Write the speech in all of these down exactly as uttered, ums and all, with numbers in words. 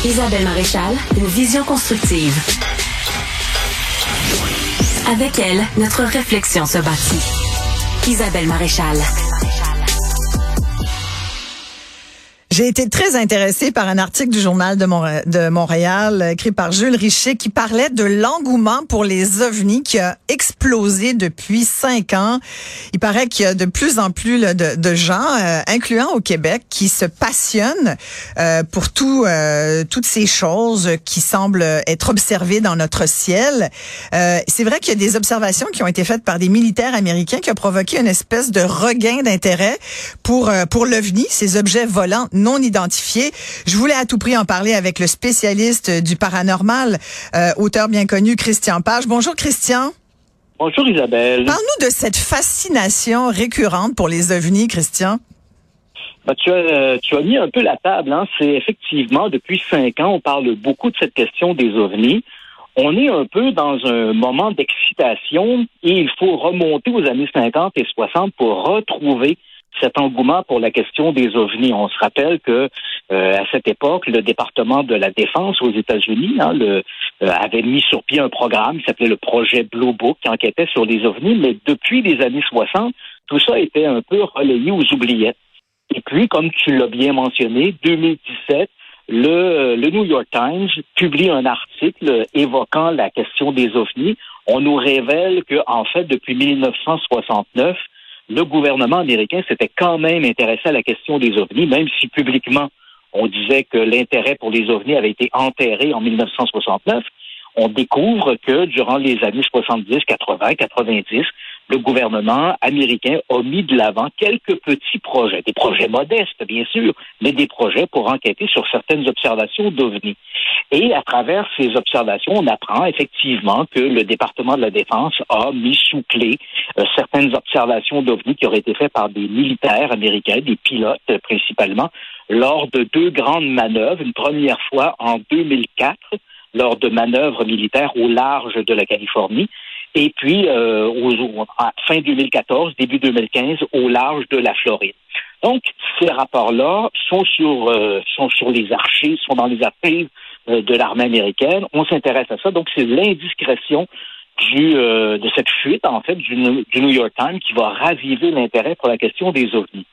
Isabelle Maréchal, une vision constructive. Avec elle, notre réflexion se bâtit. Isabelle Maréchal. J'ai été très intéressée par un article du Journal de, Mont- de Montréal écrit par Jules Richer qui parlait de l'engouement pour les ovnis qui a explosé depuis cinq ans. Il paraît qu'il y a de plus en plus là, de, de gens, euh, incluant au Québec, qui se passionnent euh, pour tout, euh, toutes ces choses qui semblent être observées dans notre ciel. Euh, c'est vrai qu'il y a des observations qui ont été faites par des militaires américains qui ont provoqué une espèce de regain d'intérêt pour, euh, pour l'OVNI, ces objets volants non identifiés. Je voulais à tout prix en parler avec le spécialiste du paranormal, euh, auteur bien connu, Christian Page. Bonjour, Christian. Bonjour, Isabelle. Parle-nous de cette fascination récurrente pour les ovnis, Christian. Ben, tu, as, tu as mis un peu la table. Hein. C'est effectivement, depuis cinq ans, on parle beaucoup de cette question des ovnis. On est un peu dans un moment d'excitation et il faut remonter aux années cinquante et soixante pour retrouver cet engouement pour la question des ovnis. On se rappelle que euh, à cette époque, le département de la Défense aux États-Unis hein, le, euh, avait mis sur pied un programme qui s'appelait le projet Blue Book, qui enquêtait sur les ovnis, mais depuis les années soixante, tout ça était un peu relayé aux oubliettes. Et puis, comme tu l'as bien mentionné, deux mille dix-sept, le, le New York Times publie un article évoquant la question des ovnis. On nous révèle que, en fait, depuis mille neuf cent soixante-neuf, le gouvernement américain s'était quand même intéressé à la question des ovnis, même si publiquement on disait que l'intérêt pour les ovnis avait été enterré en mille neuf cent soixante-neuf. On découvre que durant les années soixante-dix, quatre-vingts, quatre-vingt-dix, le gouvernement américain a mis de l'avant quelques petits projets, des projets modestes bien sûr, mais des projets pour enquêter sur certaines observations d'ovnis. Et à travers ces observations, on apprend effectivement que le département de la Défense a mis sous clé euh, certaines observations d'ovnis qui auraient été faites par des militaires américains, des pilotes euh, principalement, lors de deux grandes manœuvres. Une première fois en deux mille quatre, lors de manœuvres militaires au large de la Californie, et puis euh, aux, à fin deux mille quatorze, début deux mille quinze, au large de la Floride. Donc, ces rapports-là sont sur euh, sont sur les archives, sont dans les archives euh, de l'armée américaine. On s'intéresse à ça. Donc, c'est l'indiscrétion du euh, de cette fuite, en fait, du, du New York Times qui va raviver l'intérêt pour la question des ovnis.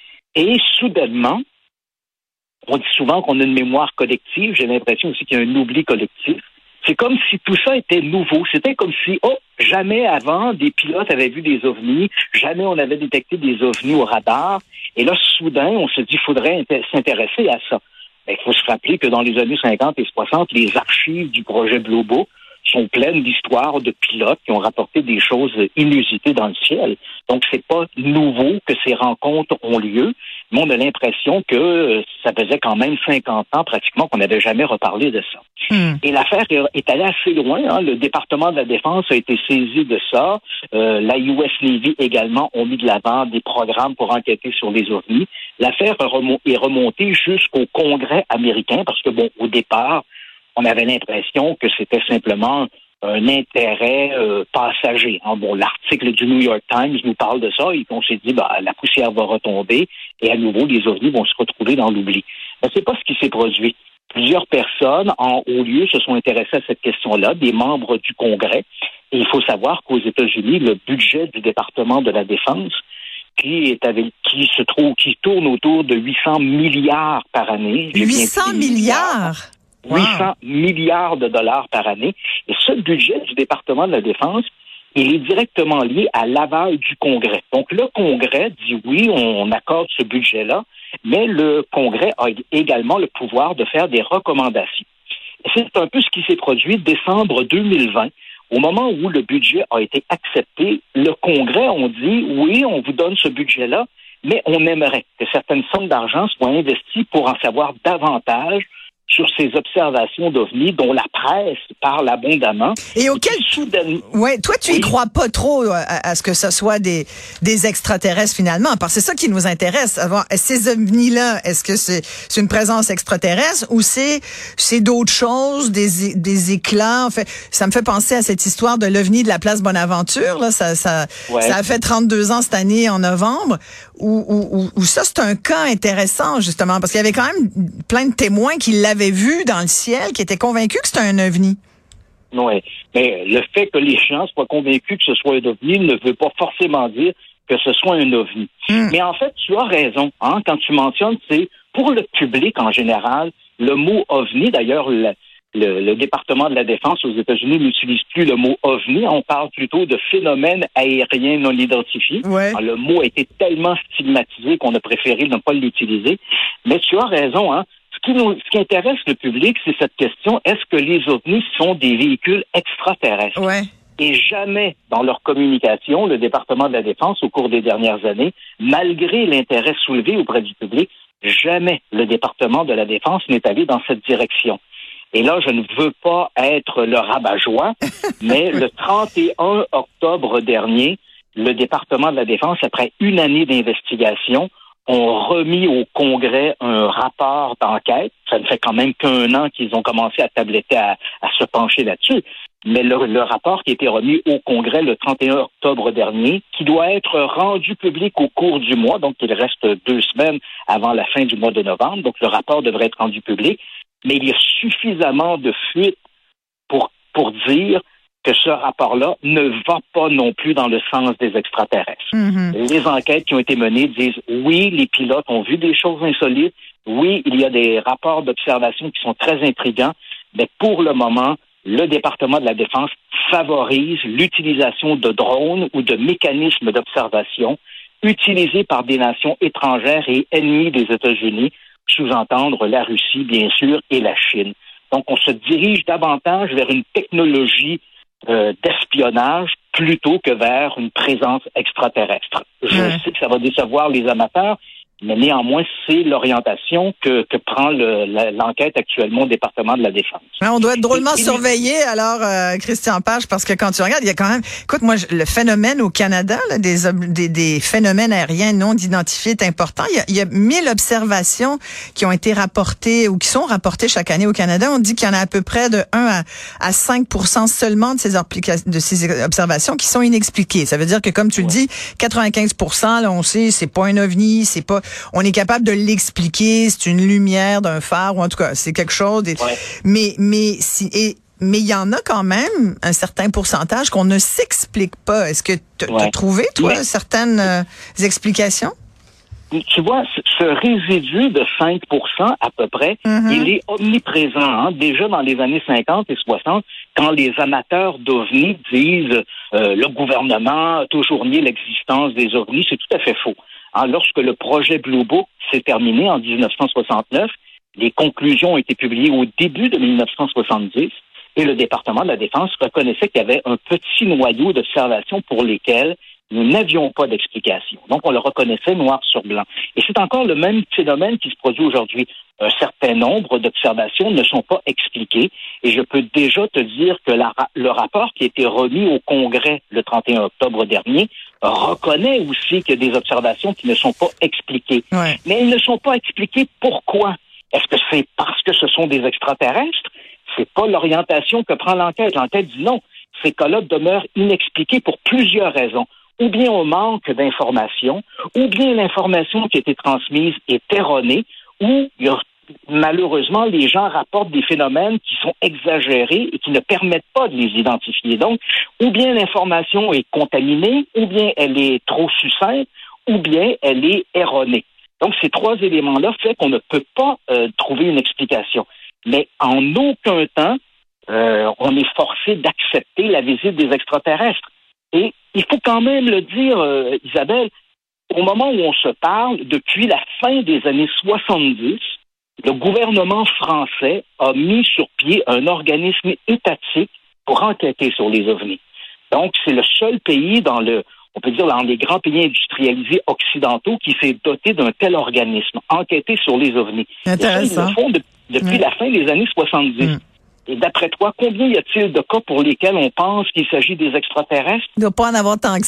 Et soudainement, on dit souvent qu'on a une mémoire collective. J'ai l'impression aussi qu'il y a un oubli collectif. C'est comme si tout ça était nouveau. C'était comme si, oh, jamais avant, des pilotes avaient vu des ovnis, jamais on avait détecté des ovnis au radar. Et là, soudain, on se dit qu'il faudrait inté- s'intéresser à ça. Il faut se rappeler que dans les années cinquante et soixante, les archives du projet Blue Book sont pleines d'histoires de pilotes qui ont rapporté des choses inusitées dans le ciel. Donc, c'est pas nouveau que ces rencontres ont lieu, mais on a l'impression que ça faisait quand même cinquante ans pratiquement qu'on n'avait jamais reparlé de ça. Mm. Et l'affaire est allée assez loin. Hein. Le département de la Défense a été saisi de ça. Euh, la U S Navy également ont mis de l'avant des programmes pour enquêter sur les ovnis. L'affaire est remontée jusqu'au Congrès américain parce que, bon, au départ, on avait l'impression que c'était simplement un intérêt euh, passager. Hein. Bon, l'article du New York Times nous parle de ça et on s'est dit, bah, la poussière va retomber et à nouveau, les ovnis vont se retrouver dans l'oubli. Mais c'est pas ce qui s'est produit. Plusieurs personnes en haut lieu se sont intéressées à cette question-là, des membres du Congrès. Et il faut savoir qu'aux États-Unis, le budget du département de la Défense, qui est avec, qui se trouve, qui tourne autour de huit cents milliards par année. huit cents milliards? huit cents milliards de dollars par année. Et ce budget du département de la Défense, il est directement lié à l'aval du Congrès. Donc, le Congrès dit oui, on accorde ce budget-là, mais le Congrès a également le pouvoir de faire des recommandations. Et c'est un peu ce qui s'est produit décembre deux mille vingt. Au moment où le budget a été accepté, le Congrès a dit oui, on vous donne ce budget-là, mais on aimerait que certaines sommes d'argent soient investies pour en savoir davantage sur ces observations d'ovnis dont la presse parle abondamment. Et auquel soudainement... Ouais, toi, tu oui. y crois pas trop à, à ce que ce soit des, des extraterrestres finalement, parce que c'est ça qui nous intéresse. Avoir, ces ovnis-là, est-ce que c'est, c'est une présence extraterrestre ou c'est, c'est d'autres choses, des, des éclats? En fait, ça me fait penser à cette histoire de l'ovni de la place Bonaventure. Là, ça, ça, ouais. ça a fait trente-deux ans cette année en novembre. Où, où, où, où ça, c'est un cas intéressant justement, parce qu'il y avait quand même plein de témoins qui l'avaient l'avaient vu dans le ciel, qui étaient convaincus que c'était un ovni. Oui, mais le fait que les gens soient convaincus que ce soit un ovni ne veut pas forcément dire que ce soit un ovni. Mm. Mais en fait, tu as raison, hein, quand tu mentionnes, c'est pour le public en général, le mot ovni, d'ailleurs, le, le, le département de la Défense aux États-Unis n'utilise plus le mot ovni, on parle plutôt de phénomène aérien non identifié. Ouais. Alors, le mot a été tellement stigmatisé qu'on a préféré ne pas l'utiliser. Mais tu as raison, hein. Ce qui, nous, ce qui intéresse le public, c'est cette question, est-ce que les ovnis sont des véhicules extraterrestres? Ouais. Et jamais, dans leur communication, le département de la Défense, au cours des dernières années, malgré l'intérêt soulevé auprès du public, jamais le département de la Défense n'est allé dans cette direction. Et là, je ne veux pas être le rabat-joie, mais le trente et un octobre dernier, le département de la Défense, après une année d'investigation, ont remis au Congrès un rapport d'enquête. Ça ne fait quand même qu'un an qu'ils ont commencé à tabletter, à, à se pencher là-dessus. Mais le, le rapport qui a été remis au Congrès le trente et un octobre dernier, qui doit être rendu public au cours du mois, donc il reste deux semaines avant la fin du mois de novembre, donc le rapport devrait être rendu public, mais il y a suffisamment de fuites pour, pour dire que ce rapport-là ne va pas non plus dans le sens des extraterrestres. Mm-hmm. Les enquêtes qui ont été menées disent oui, les pilotes ont vu des choses insolites, oui, il y a des rapports d'observation qui sont très intrigants, mais pour le moment, le département de la Défense favorise l'utilisation de drones ou de mécanismes d'observation utilisés par des nations étrangères et ennemies des États-Unis, sous-entendre la Russie, bien sûr, et la Chine. Donc, on se dirige davantage vers une technologie Euh, d'espionnage plutôt que vers une présence extraterrestre. Je mmh. sais que ça va décevoir les amateurs, mais néanmoins, c'est l'orientation que, que prend le, la, l'enquête actuellement au département de la Défense. Ouais, on doit être drôlement surveillé, alors, euh, Christian Page, parce que quand tu regardes, il y a quand même... Écoute, moi, le phénomène au Canada, là, des, des, des phénomènes aériens non identifiés est important. Il y, a, il y a mille observations qui ont été rapportées ou qui sont rapportées chaque année au Canada. On dit qu'il y en a à peu près de un à cinq pour cent seulement de ces, de ces observations qui sont inexpliquées. Ça veut dire que, comme tu ouais. le dis, quatre-vingt-quinze pour cent, là, on sait, c'est pas un ovni, c'est pas... On est capable de l'expliquer, c'est une lumière d'un phare, ou en tout cas, c'est quelque chose. Des... Ouais. Mais mais si et mais il y en a quand même un certain pourcentage qu'on ne s'explique pas. Est-ce que tu as ouais. trouvé, toi, mais... certaines euh, explications? Tu vois, ce résidu de cinq pour cent à peu près, mm-hmm. il est omniprésent. Hein? Déjà dans les années cinquante et soixante, quand les amateurs d'ovnis disent euh, le gouvernement a toujours nié l'existence des ovnis, c'est tout à fait faux. Hein, lorsque le projet Blue Book s'est terminé en dix-neuf cent soixante-neuf, les conclusions ont été publiées au début de mille neuf cent soixante-dix et le département de la Défense reconnaissait qu'il y avait un petit noyau d'observations pour lesquelles nous n'avions pas d'explication. Donc, on le reconnaissait noir sur blanc. Et c'est encore le même phénomène qui se produit aujourd'hui. Un certain nombre d'observations ne sont pas expliquées. Et je peux déjà te dire que la, le rapport qui a été remis au Congrès le trente et un octobre dernier reconnaît aussi qu'il y a des observations qui ne sont pas expliquées. Ouais. Mais elles ne sont pas expliquées pourquoi? Est-ce que c'est parce que ce sont des extraterrestres? C'est pas l'orientation que prend l'enquête. L'enquête dit non. Ces cas-là demeurent inexpliqués pour plusieurs raisons. Ou bien on manque d'informations, ou bien l'information qui a été transmise est erronée, ou il y a, malheureusement les gens rapportent des phénomènes qui sont exagérés et qui ne permettent pas de les identifier. Donc, ou bien l'information est contaminée, ou bien elle est trop succincte, ou bien elle est erronée. Donc, ces trois éléments-là font qu'on ne peut pas euh, trouver une explication. Mais en aucun temps, euh, on est forcé d'accepter la visite des extraterrestres. Et il faut quand même le dire, euh, Isabelle, au moment où on se parle, depuis la fin des années soixante-dix, le gouvernement français a mis sur pied un organisme étatique pour enquêter sur les ovnis. Donc, c'est le seul pays dans le, on peut dire dans les grands pays industrialisés occidentaux qui s'est doté d'un tel organisme, enquêter sur les ovnis. Intéressant. Et ça, ils le font de, depuis mmh. la fin des années soixante-dix. Mmh. Et d'après toi, combien y a-t-il de cas pour lesquels on pense qu'il s'agit des extraterrestres? Il ne doit pas en avoir tant que ça.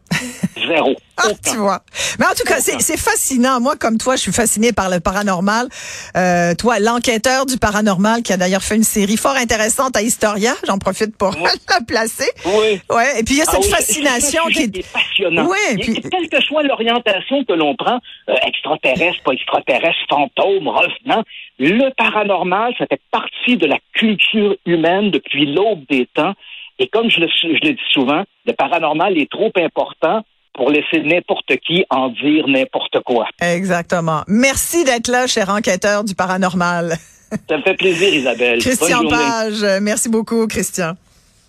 Zéro. Ah, tu vois. Mais en tout cas, c'est, c'est fascinant. Moi, comme toi, je suis fascinée par le paranormal. Euh, toi, l'enquêteur du paranormal, qui a d'ailleurs fait une série fort intéressante à Historia. J'en profite pour oui. la placer. Oui. Ouais. Et puis, il y a cette ah, oui, fascination c'est, c'est qui est... passionnant. Oui, et puis... Quelle que soit l'orientation que l'on prend, euh, extraterrestre, pas extraterrestre, fantôme, revenant, le paranormal, ça fait partie de la culture humaine depuis l'aube des temps. Et comme je le, je le dis souvent, le paranormal est trop important pour laisser n'importe qui en dire n'importe quoi. Exactement. Merci d'être là, cher enquêteur du paranormal. Ça me fait plaisir, Isabelle. Christian Page, merci beaucoup, Christian.